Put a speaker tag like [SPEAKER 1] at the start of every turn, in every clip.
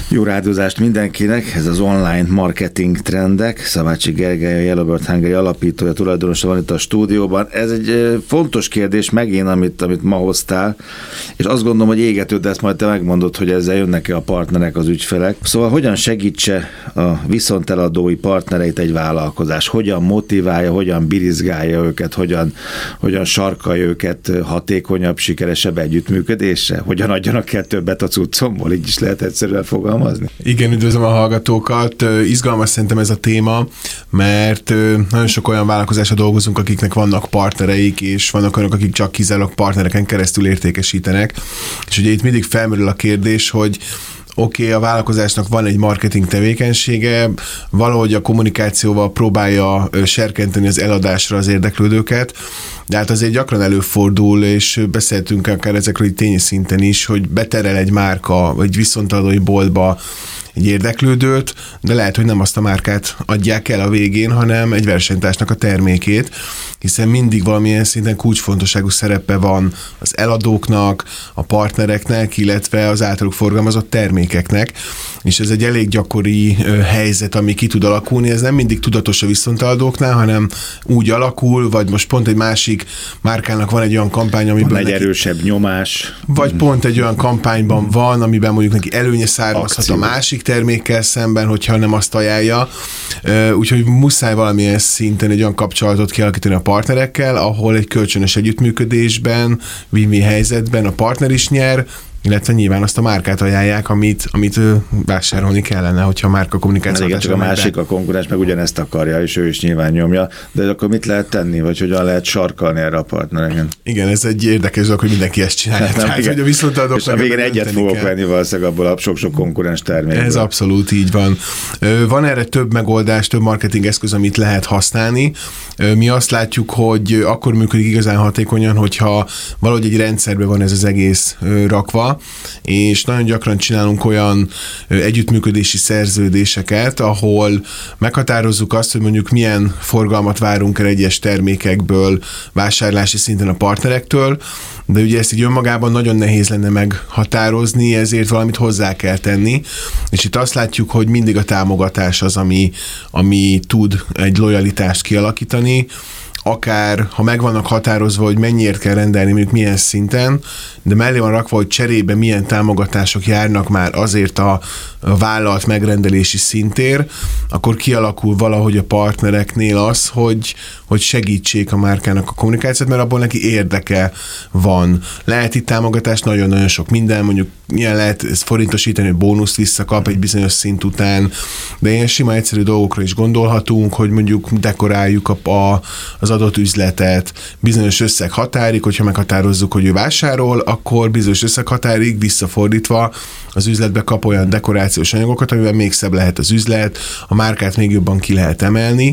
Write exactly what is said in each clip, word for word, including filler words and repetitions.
[SPEAKER 1] Jó rádiózást mindenkinek, ez az online marketing trendek. Szabácsi Gergely, a Yellow Bird Hungary alapítója, tulajdonosa van itt a stúdióban. Ez egy fontos kérdés megint, amit, amit ma hoztál, és azt gondolom, hogy égető, de ezt majd te megmondod, hogy ezzel jönnek-e a partnerek, az ügyfelek. Szóval hogyan segítse a viszonteladói partnereit egy vállalkozás? Hogyan motiválja, hogyan birizgálja őket, hogyan, hogyan sarkalja őket hatékonyabb, sikeresebb együttműködésre? Hogyan adjanak el többet a cuccomból? Így is lehet egyszerűen fogalmazni.
[SPEAKER 2] Igen, üdvözlöm a hallgatókat. Izgalmas szerintem ez a téma, mert nagyon sok olyan vállalkozásra dolgozunk, akiknek vannak partnereik, és vannak olyanok, akik csak kizárólag partnereken keresztül értékesítenek. És ugye itt mindig felmerül a kérdés, hogy oké, okay, a vállalkozásnak van egy marketing tevékenysége, valahogy a kommunikációval próbálja serkenteni az eladásra az érdeklődőket, de hát azért gyakran előfordul, és beszéltünk akár ezekről így tényi szinten is, hogy beterel egy márka, vagy viszonteladói boltba egy érdeklődőt, de lehet, hogy nem azt a márkát adják el a végén, hanem egy versenytársnak a termékét, hiszen mindig valamilyen szinten kulcsfontosságú szerepe van az eladóknak, a partnereknek, illetve az általuk forgalmazott termékeknek, és ez egy elég gyakori helyzet, ami ki tud alakulni, ez nem mindig tudatos a viszonteladóknál, hanem úgy alakul, vagy most pont egy másik márkának van egy olyan kampány, amiben
[SPEAKER 1] van egy
[SPEAKER 2] neki,
[SPEAKER 1] erősebb nyomás.
[SPEAKER 2] Vagy pont egy olyan kampányban van, amiben mondjuk neki előnye származhat Akció. a másik termékkel szemben, hogyha nem azt ajánlja. Úgyhogy muszáj valamilyen szinten egy olyan kapcsolatot kialakítani a partnerekkel, ahol egy kölcsönös együttműködésben, win-win helyzetben a partner is nyer, illetve nyilván azt a márkát ajánlják, amit, amit vásárolni kellene, hogyha a márka kommunikáció.
[SPEAKER 1] Igen, csak a másik, be. a konkurens meg ugyanezt akarja, és ő is nyilván nyomja, de akkor mit lehet tenni, vagy hogyan lehet sarkalni erre a partnereken?
[SPEAKER 2] Igen, ez egy érdekes dolog, hogy mindenki ezt csinálja.
[SPEAKER 1] Nem,
[SPEAKER 2] Tehát,
[SPEAKER 1] igen.
[SPEAKER 2] hogy a viszonteladók
[SPEAKER 1] és a végén egyet fogok kell. venni valószínűleg abból a sok-sok konkurens termékből.
[SPEAKER 2] Ez abszolút így van. Van erre több megoldás, több marketing eszköz, amit lehet használni. Mi azt látjuk, hogy akkor működik igazán hatékonyan, hogyha valahogy egy rendszerben van ez az egész rakva, és nagyon gyakran csinálunk olyan együttműködési szerződéseket, ahol meghatározzuk azt, hogy mondjuk milyen forgalmat várunk el egyes termékekből vásárlási szinten a partnerektől, de ugye ezt így önmagában nagyon nehéz lenne meghatározni, ezért valamit hozzá kell tenni, és itt azt látjuk, hogy mindig a támogatás az, ami, ami tud egy lojalitást kialakítani, akár ha meg vannak határozva, hogy mennyiért kell rendelni, mondjuk milyen szinten, de mellé van rakva, hogy cserébe milyen támogatások járnak már azért a, a vállalt megrendelési szintért, akkor kialakul valahogy a partnereknél az, hogy, hogy segítsék a márkának a kommunikációt, mert abból neki érdeke van. Lehet itt támogatás, nagyon-nagyon sok minden, mondjuk milyen lehet ezt forintosítani, hogy bónuszt visszakap egy bizonyos szint után, de ilyen sima egyszerű dolgokra is gondolhatunk, hogy mondjuk dekoráljuk a, a, az adott üzletet, bizonyos összeg határig, hogyha meghatározzuk, hogy ő vásárol, akkor bizonyos összeg határig visszafordítva az üzletbe kap olyan dekorációs anyagokat, amivel még szebb lehet az üzlet, a márkát még jobban ki lehet emelni,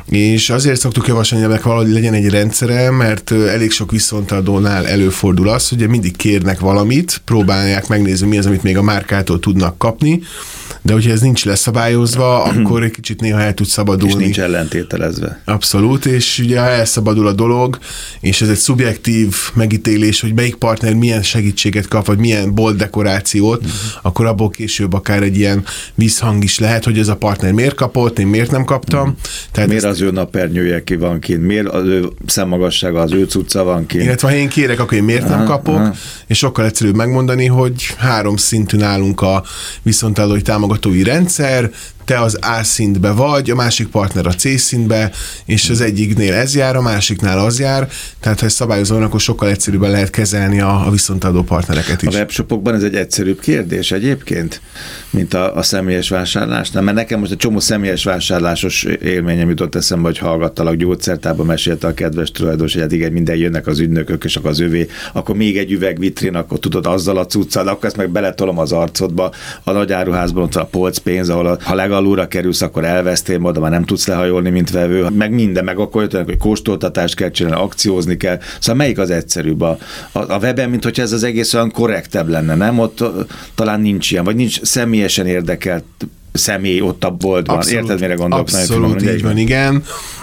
[SPEAKER 2] és azért szoktuk javasolni, hogy valahogy legyen egy rendszere, mert elég sok viszonteladónál előfordul az, hogy mindig kérnek valamit, próbálják megnézni, mi az, amit még a márkától tudnak kapni, de hogyha ez nincs leszabályozva, akkor egy kicsit néha el tud szabadulni.
[SPEAKER 1] És nincs ellentételezve.
[SPEAKER 2] Abszolút, és ugye ha elszabadul a dolog, és ez egy szubjektív megítélés, hogy melyik partner milyen segítséget kap, vagy milyen bolt dekorációt, uh-huh. akkor abból később akár egy ilyen visszhang is lehet, hogy ez a partner miért kapott, én miért nem kaptam. Uh-huh. Tehát
[SPEAKER 1] miért ezt... az ő napernyője ki van kint, miért az ő szemmagassága, az ő cucca van kint.
[SPEAKER 2] Illetve ha én kérek, akkor én miért aha, nem kapok, aha. és sokkal egyszerűbb megmondani, hogy három szintűn állunk a viszonteladói támogatói rendszer, te az A szintbe vagy, a másik partner a C szintbe, és az egyiknél ez jár, a másiknál az jár, tehát ha ezt szabályozol, akkor sokkal egyszerűbben lehet kezelni a, a viszonteladó partnereket is.
[SPEAKER 1] A webshopokban ez egy egyszerűbb kérdés egyébként, mint a, a személyes vásárlásnál, mert nekem most egy csomó személyes vásárlásos élményem jutott eszembe, hogy hallgattalak gyógyszertárban, mesélte a kedves tulajdonos, hogy hát igen, minden jönnek az ügynökök, és akkor az övé, akkor még egy üvegvitrin, akkor tudod azzal a cuccal, akkor ezt meg beletolom az arcodba, a nagy áruházban ott van a polcpénz, ahol a, ha legalulra kerülsz, akkor elvesztél, oda már nem tudsz lehajolni, mint vevő, meg minden, meg akkor jöttenek, hogy kóstoltatást kell csinálni, akciózni kell. Szóval melyik az egyszerűbb? A, a, a weben, mint hogyha ez az egész olyan korrektebb lenne, nem? Ott talán nincs ilyen, vagy nincs személyesen érdekelt személy ott a boltban. Abszolút, Érted, mire gondolok?
[SPEAKER 2] Abszolút így van, igen.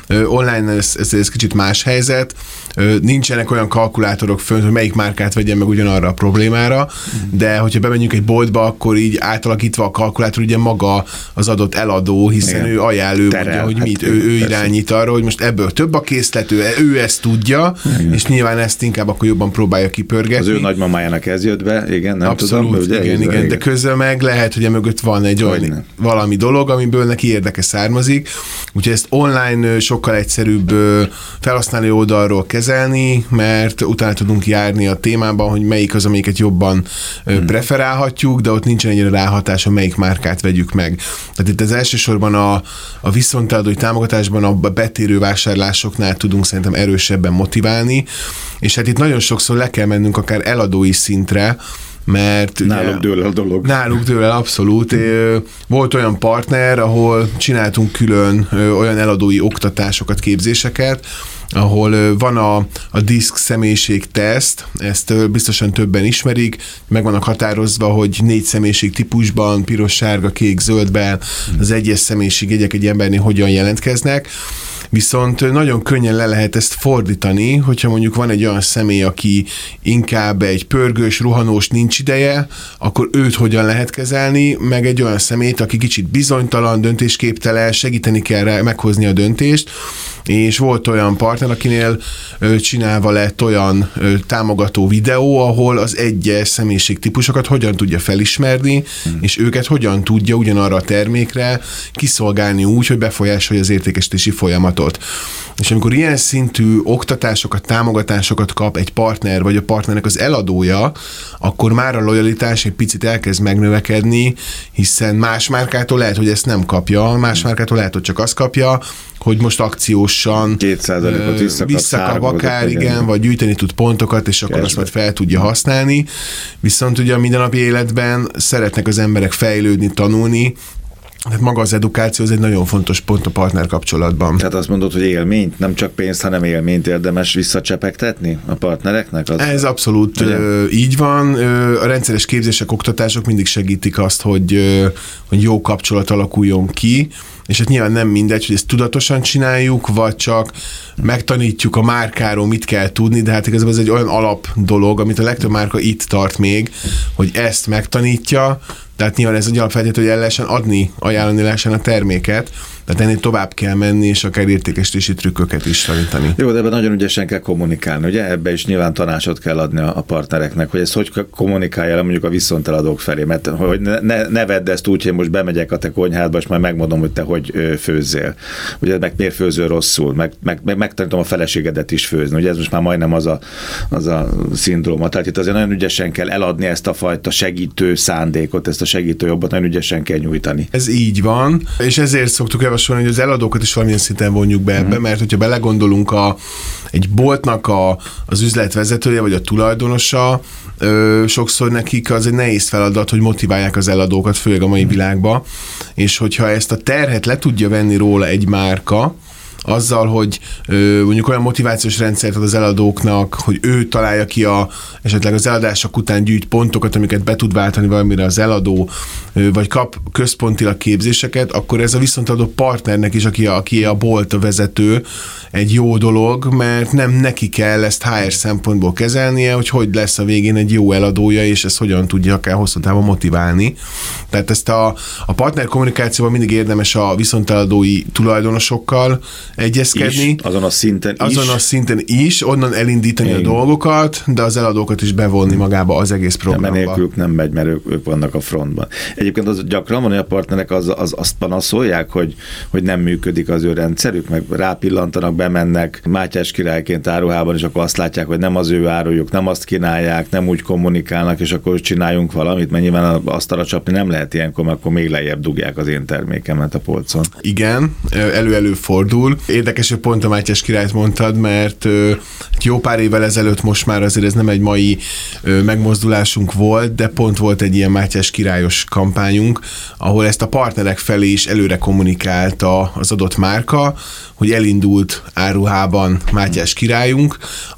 [SPEAKER 2] Online ez, ez, ez kicsit más helyzet, nincsenek olyan kalkulátorok fönt, hogy melyik márkát vegyen meg ugyanarra a problémára, de hogyha bemegyünk egy boltba, akkor így átalakítva a kalkulátor ugye maga az adott eladó, hiszen igen. ő ajánl, ő mondja, hogy mit, hát ő, ő irányít arra, hogy most ebből több a készlet, ő, ő ezt tudja, igen. és nyilván ezt inkább akkor jobban próbálja kipörgetni.
[SPEAKER 1] Az ő nagymamájának ez jött be, igen, nem
[SPEAKER 2] Abszolút,
[SPEAKER 1] tudom.
[SPEAKER 2] Igen, igen, igen, de közben meg lehet, hogy emögött van egy olyan valami dolog, amiből neki érdeke származik, úgyhogy ezt online sokkal egyszerűbb felhasználói oldalról kezelni, mert utána tudunk járni a témában, hogy melyik az, amelyiket jobban hmm. preferálhatjuk, de ott nincsen ennyire ráhatás, hogy melyik márkát vegyük meg. Tehát itt az elsősorban a, a viszonteladói támogatásban a betérő vásárlásoknál tudunk szerintem erősebben motiválni, és hát itt nagyon sokszor le kell mennünk akár eladói szintre, mert
[SPEAKER 1] náluk dől el a dolog.
[SPEAKER 2] Náluk dől el, abszolút. Volt olyan partner, ahol csináltunk külön olyan eladói oktatásokat, képzéseket, ahol van a, a diszk személyiség teszt, ezt biztosan többen ismerik, meg vannak határozva, hogy négy személyiség típusban, piros, sárga, kék, zöldben az egyes személyiségjegyek egy embernél hogyan jelentkeznek, viszont nagyon könnyen le lehet ezt fordítani, hogyha mondjuk van egy olyan személy, aki inkább egy pörgős, rohanós, nincs ideje, akkor őt hogyan lehet kezelni, meg egy olyan személyt, aki kicsit bizonytalan, döntésképtelen, segíteni kell rá meghozni a döntést, és volt olyan partner, akinél ö, csinálva lett olyan ö, támogató videó, ahol az egyes személyiségtípusokat hogyan tudja felismerni, hmm. és őket hogyan tudja ugyanarra a termékre kiszolgálni úgy, hogy befolyásolja az értékesítési folyamatot. És amikor ilyen szintű oktatásokat, támogatásokat kap egy partner, vagy a partnernek az eladója, akkor már a lojalitás egy picit elkezd megnövekedni, hiszen más márkától lehet, hogy ezt nem kapja, más márkától lehet, hogy csak azt kapja, hogy most akciósan
[SPEAKER 1] két százalékot visszakap,
[SPEAKER 2] visszakap akár, igen, igen, vagy gyűjteni tud pontokat, és akkor azt majd fel tudja használni. Viszont ugye a mindennapi életben szeretnek az emberek fejlődni, tanulni, tehát maga az edukáció, az egy nagyon fontos pont a partner kapcsolatban.
[SPEAKER 1] Tehát azt mondod, hogy élményt, nem csak pénzt, hanem élményt érdemes visszacsepegtetni a partnereknek? Az...
[SPEAKER 2] Ez abszolút ö, így van. Ö, a rendszeres képzések, oktatások mindig segítik azt, hogy, ö, hogy jó kapcsolat alakuljon ki, és hát nyilván nem mindegy, hogy ezt tudatosan csináljuk, vagy csak megtanítjuk a márkáról, mit kell tudni, de hát igazából ez egy olyan alap dolog, amit a legtöbb márka itt tart még, hogy ezt megtanítja, tehát nyilván ez egy alapfeltétlenül, hogy el lehessen adni, ajánlani lehessen a terméket, tehát ennél tovább kell menni, és akár értékesítési trükköket is tanítani.
[SPEAKER 1] Jó, de ebben nagyon ügyesen kell kommunikálni, ugye? Ebbe is nyilván tanácsot kell adni a partnereknek, hogy ezt hogy kommunikálja le mondjuk a viszonteladók felé, mert hogy ne, ne vedd ezt úgy, hogy most bemegyek a te konyhádba, és majd megmondom, hogy te hogy főzzél. Ugye meg miért főzöl rosszul, meg, meg, meg megtanítom a feleségedet is főzni. Ugye ez most már majdnem az a, az a szindróma. Tehát itt azért nagyon ügyesen kell eladni ezt a fajta segítő szándékot, ezt a segítő jobbot nagyon ügyesen kell nyújtani.
[SPEAKER 2] Ez így van, és ezért szoktuk javasolni, hogy az eladókat is valamilyen szinten vonjuk be ebbe, uh-huh. mert hogyha belegondolunk a, egy boltnak a, az üzletvezetője, vagy a tulajdonosa, ö, sokszor nekik az egy nehéz feladat, hogy motiválják az eladókat, főleg a mai uh-huh. világba, és hogyha ezt a terhet le tudja venni róla egy márka, azzal, hogy ö, mondjuk olyan motivációs rendszert ad az eladóknak, hogy ő találja ki a, esetleg az eladások után gyűjt pontokat, amiket be tud váltani valamire az eladó, ö, vagy kap központilag képzéseket, akkor ez a viszonteladó partnernek is, aki a, aki a bolt a vezető, egy jó dolog, mert nem neki kell ezt há er szempontból kezelnie, hogy hogy lesz a végén egy jó eladója, és ezt hogyan tudja akár hosszú távon motiválni. Tehát ezt a, a partner kommunikációban mindig érdemes a viszonteladói tulajdonosokkal egyezkedni.
[SPEAKER 1] Is, azon a szinten
[SPEAKER 2] azon
[SPEAKER 1] is.
[SPEAKER 2] a szinten is, onnan elindítani Igen. a dolgokat, de az eladókat is bevonni magába az egész programba.
[SPEAKER 1] Nem, nélkülük nem megy, mert ők, ők vannak a frontban. Egyébként az gyakran van, hogy a partnerek az, az, azt panaszolják, hogy, hogy nem működik az ő rendszerük, meg rápillantanak, bemennek Mátyás királyként áruhában, és akkor azt látják, hogy nem az ő árujuk, nem azt kínálják, nem úgy kommunikálnak, és akkor csináljunk valamit, mert nyilván azt arra csapni nem lehet ilyenkor, mert akkor még lejjebb dugják az én termékemet a polcon.
[SPEAKER 2] Igen, elő-elő fordul. Érdekes, hogy pont a Mátyás királyt mondtad, mert jó pár évvel ezelőtt most már azért ez nem egy mai megmozdulásunk volt, de pont volt egy ilyen Mátyás királyos kampányunk, ahol ezt a partnerek felé is előre kommunikálta az adott márka, hogy elindult áruhában Mátyás királyunk,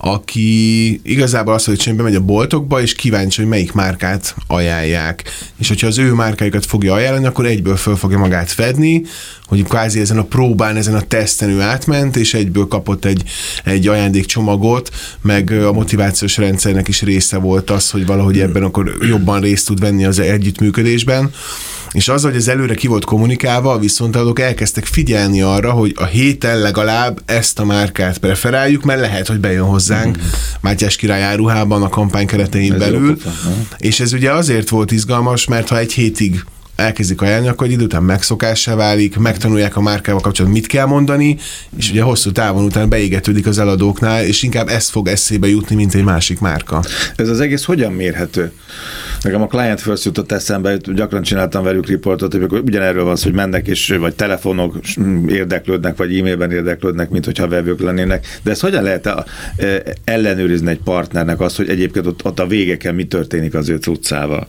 [SPEAKER 2] aki igazából azt mondja, hogy bemegy a boltokba, és kíváncsi, hogy melyik márkát ajánlják. És hogyha az ő márkájukat fogja ajánlani, akkor egyből föl fogja magát fedni, hogy kvázi ezen a próbán, ezen a teszten ő átment, és egyből kapott egy, egy ajándékcsomagot, meg a motivációs rendszernek is része volt az, hogy valahogy ebben akkor jobban részt tud venni az együttműködésben. És az, hogy ez előre ki volt kommunikálva, a viszonteladók elkezdtek figyelni arra, hogy a héten legalább ezt a márkát preferáljuk, mert lehet, hogy bejön hozzánk mm. Mátyás király áruhában a kampány keretein ez belül. És ez ugye azért volt izgalmas, mert ha egy hétig elkezdik ajánlani, akkor egy idő után megszokássá válik, megtanulják a márkával kapcsolatban, mit kell mondani, és ugye hosszú távon után beégetődik az eladóknál, és inkább ezt fog eszébe jutni, mint egy másik márka.
[SPEAKER 1] Ez az egész hogyan mérhető? Nekem a Client First jutott eszembe, gyakran csináltam velük riportot, hogy ugyanerről van szó, hogy mennek és vagy telefonok érdeklődnek, vagy e-mailben érdeklődnek, mint hogyha vevők lennének. De ezt hogyan lehet ellenőrizni egy partnernek azt, hogy egyébként ott, ott a végeken mi történik az ő cuccával?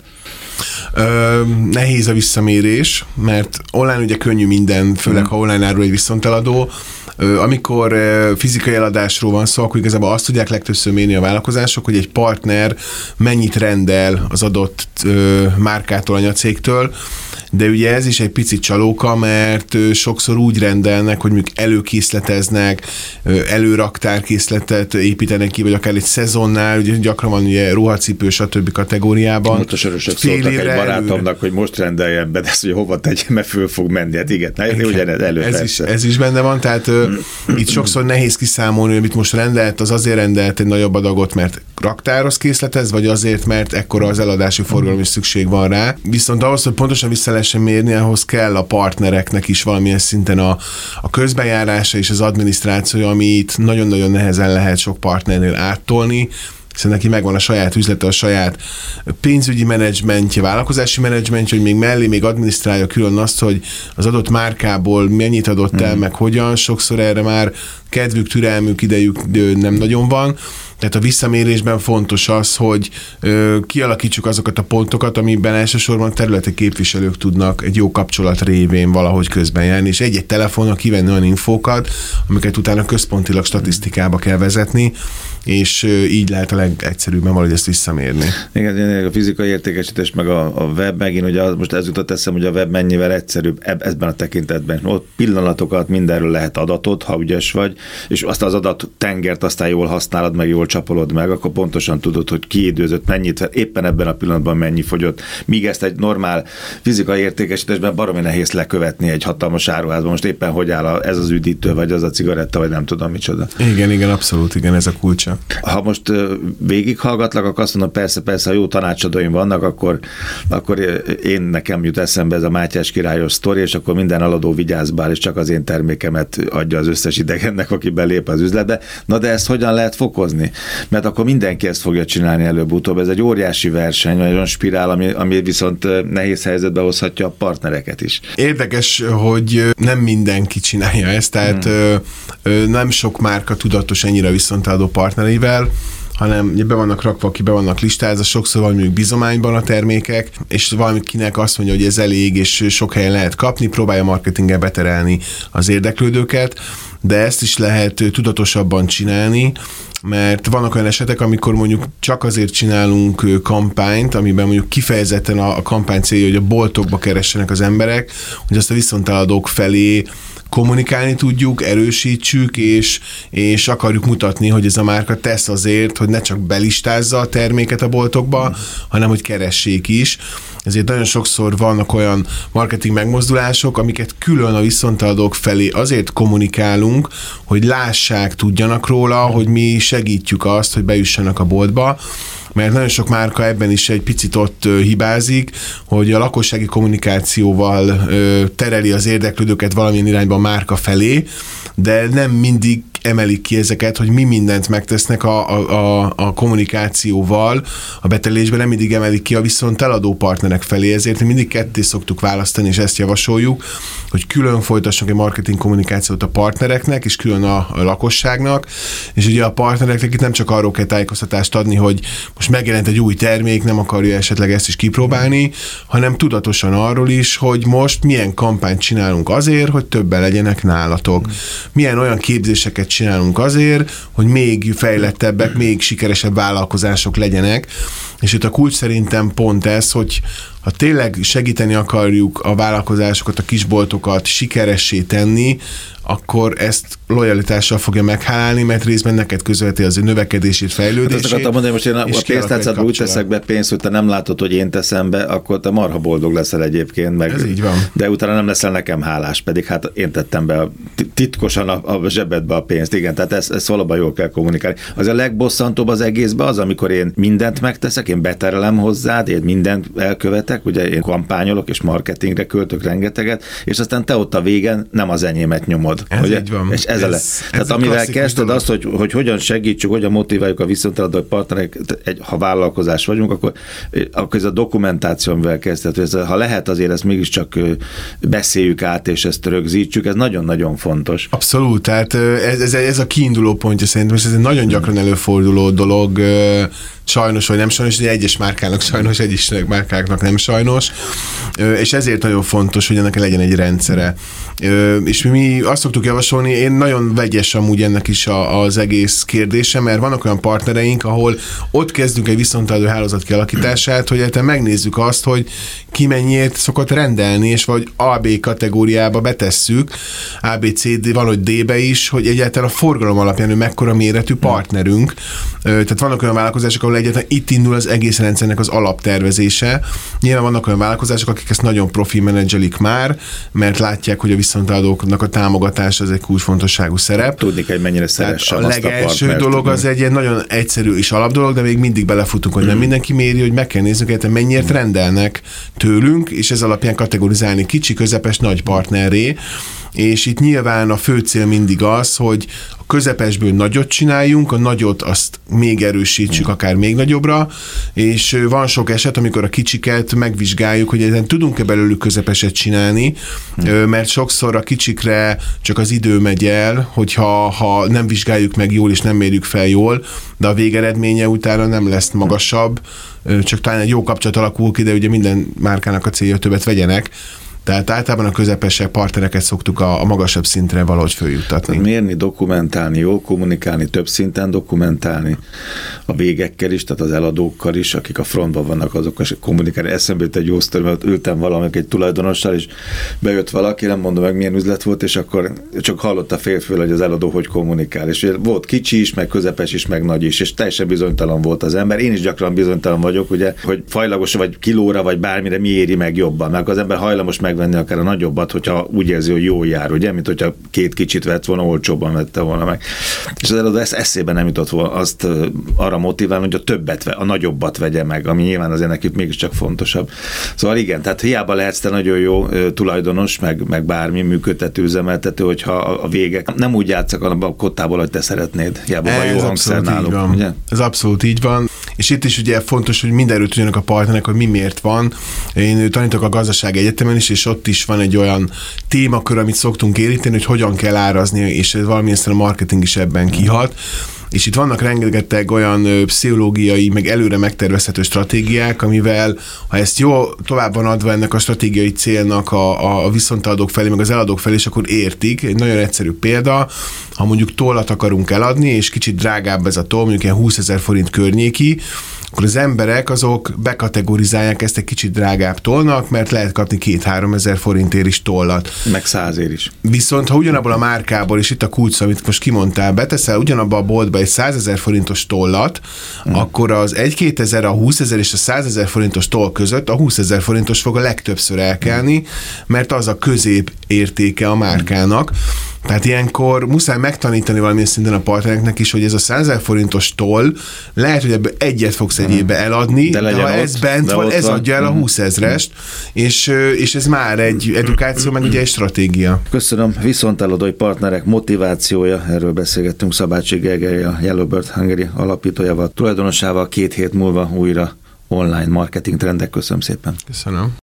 [SPEAKER 2] Ö, nehéz a visszamérés, mert online ugye könnyű minden, főleg ha online árul egy viszonteladó. Ö, amikor ö, fizikai eladásról van szó, akkor igazából azt tudják legtöbbször mérni a vállalkozások, hogy egy partner mennyit rendel az adott ö, márkától, anyacégtől, de ugye ez is egy picit csalóka, mert ö, sokszor úgy rendelnek, hogy mondjuk előkészleteznek, ö, előraktárkészletet építenek ki, vagy akár egy szezonnál, ugye gyakran van ugye ruhacipő, stb. Kategóriában.
[SPEAKER 1] Most a sörösök szóltak egy barátomnak, előre, hogy most rendeljen be, de ezt, hogy hova tegye, mert föl fog menni. Hát igen, igen. Ugyanez elő.
[SPEAKER 2] Ez is, ez is benne van, tehát ö, itt sokszor nehéz kiszámolni, hogy amit most rendelt, az azért rendelt egy nagyobb adagot, mert raktáros készletez, vagy azért, mert ekkora az eladási forgalom is szükség van rá. Viszont ahhoz, hogy pontosan vissza lehessen mérni, ahhoz kell a partnereknek is valamilyen szinten a, a közbejárása és az adminisztrációja, amit nagyon-nagyon nehezen lehet sok partnernél áttolni, hiszen neki megvan a saját üzlete, a saját pénzügyi menedzsmentje, vállalkozási menedzsmentje, hogy még mellé még adminisztrálja külön azt, hogy az adott márkából mennyit adott el, mm. meg hogyan, sokszor erre már kedvük, türelmük, idejük nem nagyon van. Tehát a visszamérésben fontos az, hogy ö, kialakítsuk azokat a pontokat, amiben elsősorban területi képviselők tudnak egy jó kapcsolat révén valahogy közben járni, és egy-egy telefonra kivenni olyan infókat, amiket utána központilag statisztikába kell vezetni, és ö, így lehet a legegyszerűbben valahogy ezt visszamérni.
[SPEAKER 1] Igen, a fizikai értékesítés meg a, a web megint, ugye most ez jutott eszem, hogy a web mennyivel egyszerűbb ebben a tekintetben. Ott pillanatokat, mindenről lehet adatot, ha ügyes vagy, és azt az adat tengert aztán jól használod, meg jól csapolod meg, akkor pontosan tudod, hogy ki időzött mennyit, éppen ebben a pillanatban mennyi fogyott. Míg ezt egy normál fizikai értékesítésben baromi nehéz lekövetni egy hatalmas áruházban. Most éppen hogy áll a, ez az üdítő, vagy az a cigaretta, vagy nem tudom micsoda.
[SPEAKER 2] Igen, igen, abszolút, igen, ez a kulcsa.
[SPEAKER 1] Ha most végighallgatlak, akkor azt mondom, persze, persze, ha jó tanácsadóim vannak, akkor, akkor én nekem jut eszembe ez a Mátyás királyos sztori, és akkor minden eladó vigyáz bár, és csak az én termékemet adja az összes idegennek, aki belép az üzletbe. Na de ezt hogyan lehet fokozni? Mert akkor mindenki ezt fogja csinálni előbb-utóbb. Ez egy óriási verseny, vagy olyan spirál, ami, ami viszont nehéz helyzetbe hozhatja a partnereket is.
[SPEAKER 2] Érdekes, hogy nem mindenki csinálja ezt, tehát hmm. nem sok márka tudatos ennyire viszonteladó partnereivel, hanem be vannak rakva, ki be vannak listázva, sokszor van mondjuk bizományban a termékek, és valamikinek azt mondja, hogy ez elég, és sok helyen lehet kapni, próbálja marketinggel beterelni az érdeklődőket, de ezt is lehet tudatosabban csinálni, mert vannak olyan esetek, amikor mondjuk csak azért csinálunk kampányt, amiben mondjuk kifejezetten a, a kampány célja, hogy a boltokba keressenek az emberek, hogy azt a viszonteladók felé kommunikálni tudjuk, erősítsük, és, és akarjuk mutatni, hogy ez a márka tesz azért, hogy ne csak belistázza a terméket a boltokba, hanem hogy keressék is. Ezért nagyon sokszor vannak olyan marketing megmozdulások, amiket külön a viszonteladók felé azért kommunikálunk, hogy lássák, tudjanak róla, hogy mi segítjük azt, hogy bejussanak a boltba, mert nagyon sok márka ebben is egy picit ott ö, hibázik, hogy a lakossági kommunikációval ö, tereli az érdeklődőket valamilyen irányba a márka felé, de nem mindig emelik ki ezeket, hogy mi mindent megtesznek a, a, a, a kommunikációval, a betelésben nem mindig emelik ki a viszonteladó partnerek felé, ezért mindig ketté szoktuk választani, és ezt javasoljuk, hogy külön folytassunk egy marketing kommunikációt a partnereknek, és külön a, a lakosságnak, és ugye a partnereknek itt nem csak arról kell tájékoztatást adni, hogy most megjelent egy új termék, nem akarja esetleg ezt is kipróbálni, hanem tudatosan arról is, hogy most milyen kampányt csinálunk azért, hogy többen legyenek nálatok. Milyen olyan képzéseket csinálunk azért, hogy még fejlettebbek, még sikeresebb vállalkozások legyenek, és itt a kulcs szerintem pont ez, hogy ha tényleg segíteni akarjuk a vállalkozásokat, a kisboltokat sikeressé tenni, akkor ezt lojalitással fogja meghálálni, mert részben neked közveti az ő növekedését, fejlődését. Hát azt akartam mondani, most én a
[SPEAKER 1] pénztárcádban úgy teszek be pénzt, hogy te nem látod, hogy én teszem be, akkor te marha boldog leszel egyébként. Meg,
[SPEAKER 2] ez így van.
[SPEAKER 1] De utána nem leszel nekem hálás, pedig hát én tettem be a, titkosan a, a zsebedbe a pénzt. Igen, tehát ezt, ezt valóban jól kell kommunikálni. Az a legbosszantóbb az egészben az, amikor én mindent megteszek, én beterelem hozzád, én mindent elkövetek, ugye én kampányolok és marketingre költök rengeteget, és aztán te ott a végen nem az enyémet nyomod.
[SPEAKER 2] Ez ugye? Így van.
[SPEAKER 1] És ez, ez, ez Tehát amivel kezdted dolog. Azt, hogy, hogy hogyan segítsük, hogyan motiváljuk a viszonteladó partnerek, egy, ha vállalkozás vagyunk, akkor, akkor ez a dokumentáció, amivel kezdted, ez, ha lehet azért ezt mégiscsak beszéljük át, és ezt rögzítsük, ez nagyon-nagyon fontos.
[SPEAKER 2] Abszolút, tehát ez, ez, ez a kiinduló pontja szerintem, és ez egy nagyon gyakran előforduló dolog, sajnos vagy nem sajnos, hogy egyes márkának sajnos, egyes márkáknak nem sajnos, és ezért nagyon fontos, hogy ennek legyen egy rendszere. És mi, mi azt szoktuk javasolni, én nagyon vegyes amúgy ennek is a, az egész kérdése, mert vannak olyan partnereink, ahol ott kezdünk egy viszonteladó hálózat kialakítását, hogy egyáltalán megnézzük azt, hogy ki mennyiért szokott rendelni, és vagy á bé kategóriába betesszük, á bé cé dé, valahogy D-be is, hogy egyáltalán a forgalom alapján, hogy mekkora méretű partnerünk. Tehát vannak olyan vállalkozások, ahol egyáltalán itt indul az egész rendszernek az alaptervezése. Nyilván vannak olyan vállalkozások, akik ezt nagyon profi menedzselik már, mert látják, hogy a viszonteladóknak a támogatása az egy kulcsfontosságú szerep.
[SPEAKER 1] Tudni kell, hogy mennyire szeressem
[SPEAKER 2] azt a partnert. A legelső dolog az egy nagyon egyszerű és alapdolog, de még mindig belefutunk, hogy nem mindenki méri, hogy meg kell néznünk, hogy mennyire rendelnek tőlünk, és ez alapján kategorizálni kicsi, közepes, nagy partnerré. És itt nyilván a fő cél mindig az, hogy a közepesből nagyot csináljunk, a nagyot azt még erősítsük, akár még nagyobbra, és van sok eset, amikor a kicsiket megvizsgáljuk, hogy ezen tudunk-e belőlük közepeset csinálni, mert sokszor a kicsikre csak az idő megy el, hogyha ha nem vizsgáljuk meg jól, és nem mérjük fel jól, de a végeredménye utána nem lesz magasabb, csak talán egy jó kapcsolat alakul ki, de ugye minden márkának a célja, többet vegyenek. Tehát általában a közepesek partnereket szoktuk a, a magasabb szintre valahogy följuttatni.
[SPEAKER 1] Mérni, dokumentálni, jó kommunikálni, több szinten dokumentálni, a végekkel is, tehát az eladókkal is, akik a frontban vannak, azokkal is kommunikálni. Eszembe jött egy jó sztori, mert ültem valamelyik egy tulajdonossal, és bejött valaki, nem mondom meg milyen üzlet volt, és akkor csak hallotta félfől, hogy az eladó hogy kommunikál. És volt kicsi is, meg közepes is, meg nagy is, és teljesen bizonytalan volt az ember. Én is gyakran bizonytalan vagyok, ugye, hogy fajlagos vagy kilóra, vagy bármire mi éri meg jobban, mert az ember hajlamos meg venni akár a nagyobbat, hogyha úgy érzi, hogy jól jár, ugye, mint hogyha két kicsit vett volna, olcsóbban vette volna meg. És az eladó ezt eszébe nem jutott volna azt arra motiválni, hogy a többet, a nagyobbat vegye meg, ami nyilván azért nekik mégiscsak fontosabb. Szóval igen, tehát hiába lehetsz te nagyon jó tulajdonos, meg, meg bármi működtető, üzemeltető, hogyha a végek nem úgy játszak a kottából, hogy te szeretnéd. Hiába van jó hangszer náluk. Ugye?
[SPEAKER 2] Ez abszolút így van. És itt is ugye fontos, hogy mindenről tudjanak a partnerek, hogy mi miért van. Én tanítok a gazdasági egyetemen is, és ott is van egy olyan témakör, amit szoktunk érinteni, hogy hogyan kell árazni, és valamilyen a marketing is ebben kihat. És itt vannak rengeteg olyan ö, pszichológiai, meg előre megtervezhető stratégiák, amivel, ha ezt jó tovább van adva ennek a stratégiai célnak a, a viszonteladók felé, meg az eladók felé, és akkor értik. Egy nagyon egyszerű példa, ha mondjuk tollat akarunk eladni, és kicsit drágább ez a toll, mondjuk ilyen húszezer forint környéki, akkor az emberek azok bekategorizálják ezt egy kicsit drágább tollnak, mert lehet kapni két-három ezer forintért is tollat.
[SPEAKER 1] Meg százért is.
[SPEAKER 2] Viszont ha ugyanabból a márkából, és itt a kulcs, amit most kimondtál, beteszel ugyanabba a boltba egy százezer forintos tollat, hmm. akkor az egy-kétezer, a húszezer és a százezer forintos toll között a húszezer forintos fog a legtöbbször elkelni, mert az a közép értéke a márkának. Tehát ilyenkor muszáj megtanítani valamilyen szinten a partnereknek is, hogy ez a százezer forintos toll, lehet, hogy ebből egyet fogsz egy évbe eladni, de, de ha ez ott, bent van, ez adja el a húszezrest, és, és ez már egy edukáció, meg ugye egy stratégia.
[SPEAKER 1] Köszönöm. Viszonteladói partnerek motivációja, erről beszélgettünk Szabácsi Gergely, a Yellowbird Hungary alapítójával, tulajdonosával, két hét múlva újra online marketing trendek. Köszönöm szépen.
[SPEAKER 2] Köszönöm.